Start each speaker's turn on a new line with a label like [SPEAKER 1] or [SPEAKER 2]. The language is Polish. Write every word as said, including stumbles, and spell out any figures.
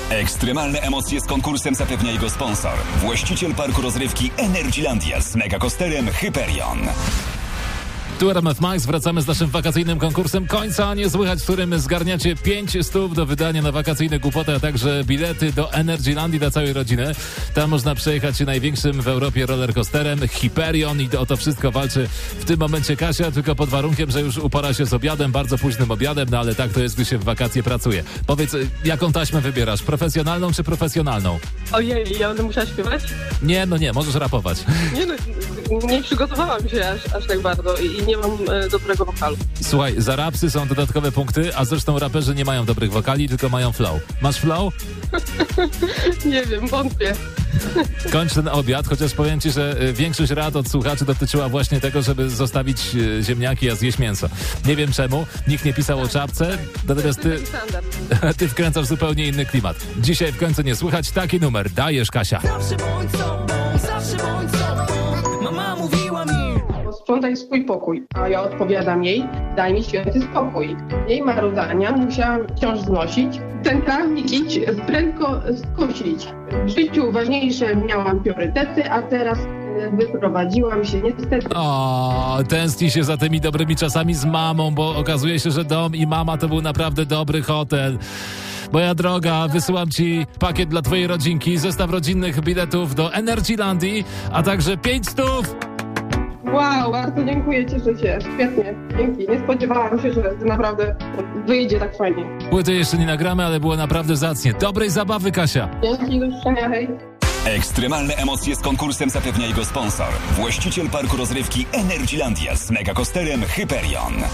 [SPEAKER 1] Ekstremalne emocje z konkursem zapewnia jego sponsor. Właściciel parku rozrywki Energylandia z megakosterem Hyperion.
[SPEAKER 2] Tu R M F Max, wracamy z naszym wakacyjnym konkursem Końca Nie Słychać, w którym zgarniacie pięć stów do wydania na wakacyjne głupoty, a także bilety do Energylandii dla całej rodziny. Tam można przejechać się największym w Europie rollercoasterem Hyperion i o to wszystko walczy w tym momencie Kasia, tylko pod warunkiem, że już upora się z obiadem, bardzo późnym obiadem, no ale tak to jest, gdy się w wakacje pracuje. Powiedz, jaką taśmę wybierasz? Profesjonalną czy profesjonalną?
[SPEAKER 3] Ojej, ja będę musiała śpiewać?
[SPEAKER 2] Nie, no nie, możesz rapować.
[SPEAKER 3] Nie no, nie przygotowałam się aż, aż tak bardzo i nie mam e, dobrego wokalu.
[SPEAKER 2] Słuchaj, za rapsy są dodatkowe punkty, a zresztą raperzy nie mają dobrych wokali, tylko mają flow. Masz flow?
[SPEAKER 3] Nie wiem, wątpię.
[SPEAKER 2] Kończ ten obiad, chociaż powiem ci, że większość rad od słuchaczy dotyczyła właśnie tego, żeby zostawić ziemniaki, a zjeść mięso. Nie wiem czemu, nikt nie pisał o czapce, natomiast ty, ty wkręcasz zupełnie inny klimat. Dzisiaj w Końcu Nie Słychać taki numer. Dajesz, Kasia.
[SPEAKER 4] Zawsze bądź sobą, zawsze bądź sobą. Mama mówiła mi.
[SPEAKER 3] Sprzątaj swój pokój, a ja odpowiadam jej, daj mi święty spokój. Jej marudzania musiałam wciąż znosić, ten trawnik idź prędko skosić. W życiu ważniejsze miałam priorytety, a teraz e, wyprowadziłam się niestety.
[SPEAKER 2] O, tęskni się za tymi dobrymi czasami z mamą, bo okazuje się, że dom i mama to był naprawdę dobry hotel. Moja droga, wysyłam ci pakiet dla twojej rodzinki, zestaw rodzinnych biletów do Energylandii, a także pięć stów!
[SPEAKER 3] Wow, bardzo dziękuję, cieszę się. Świetnie, dzięki. Nie spodziewałam się, że to naprawdę wyjdzie tak fajnie.
[SPEAKER 2] Płyty jeszcze nie nagramy, ale było naprawdę zacnie. Dobrej zabawy, Kasia.
[SPEAKER 3] Dzięki, do usłyszenia, hej.
[SPEAKER 1] Ekstremalne emocje z konkursem zapewnia jego sponsor. Właściciel parku rozrywki Energylandia z megakosterem Hyperion.